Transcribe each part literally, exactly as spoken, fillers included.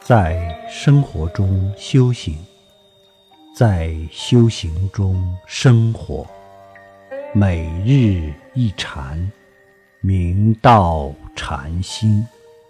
在生活中修行，在修行中生活，每日一禅，明道禅心。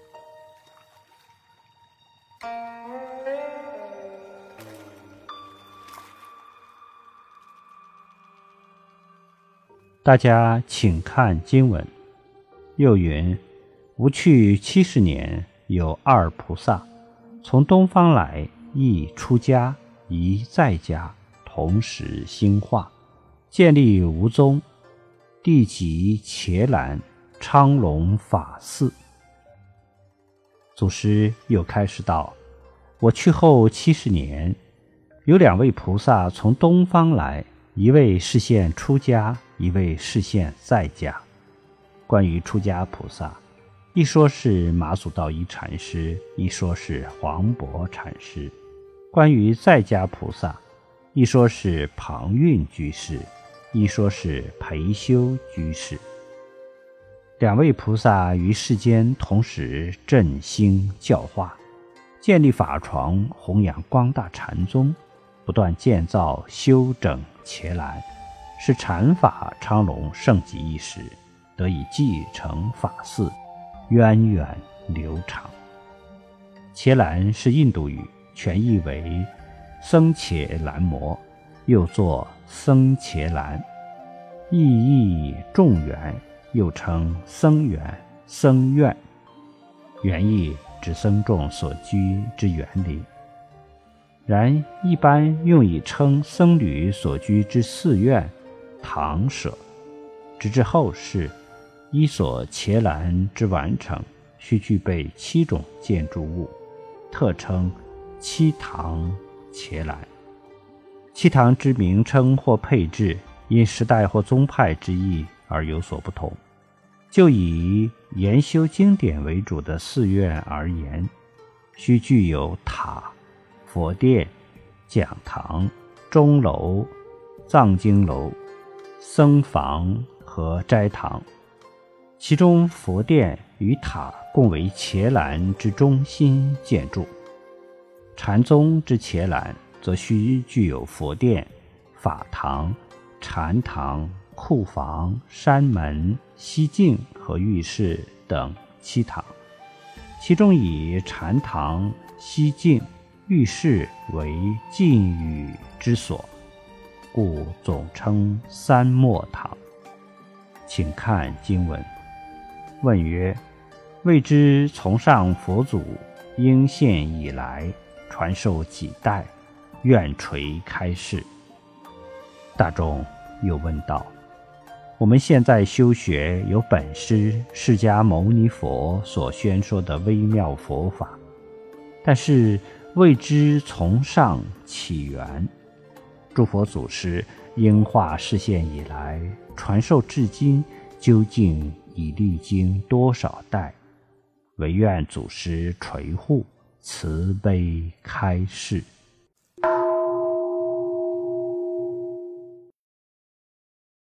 大家请看经文。又云：吾去七十年，有二菩萨从东方来，一出家，一在家，同时兴化，建立无宗，地即伽蓝昌隆法寺。祖师又开示道：我去后七十年，有两位菩萨从东方来，一位示现出家，一位示现在家。关于出家菩萨，一说是马祖道一禅师，一说是黄渤禅师。关于在家菩萨，一说是庞蕴居士，一说是培修居士。两位菩萨于世间同时振兴教化，建立法床，弘扬光大禅宗，不断建造修整伽蓝，使禅法昌隆盛极一时，得以继承法寺，源远流长。伽蓝是印度语，全译为僧伽蓝摩，又作僧伽蓝，意义众缘，又称僧园、僧院。原意指僧众所居之园林，然一般用以称僧侣所居之寺院、堂舍。直至后世，一所伽蓝之完成，需具备七种建筑物，特称七堂伽蓝。七堂之名称或配置，因时代或宗派之意而有所不同。就以研修经典为主的寺院而言，需具有塔、佛殿、讲堂、钟楼、藏经楼、僧房和斋堂。其中佛殿与塔共为伽蓝之中心建筑。禅宗之伽蓝则需具有佛殿、法堂、禅堂、库房、山门、西境和浴室等七堂，其中以禅堂、西境、浴室为禁语之所，故总称三末堂。请看经文。问曰：未知从上佛祖应现以来，传授几代，愿垂开示。大众又问道：我们现在修学有本师释迦牟尼佛所宣说的微妙佛法，但是未知从上起源。诸佛祖师应化示现以来，传授至今，究竟已历经多少代？唯愿祖师垂护，慈悲开示。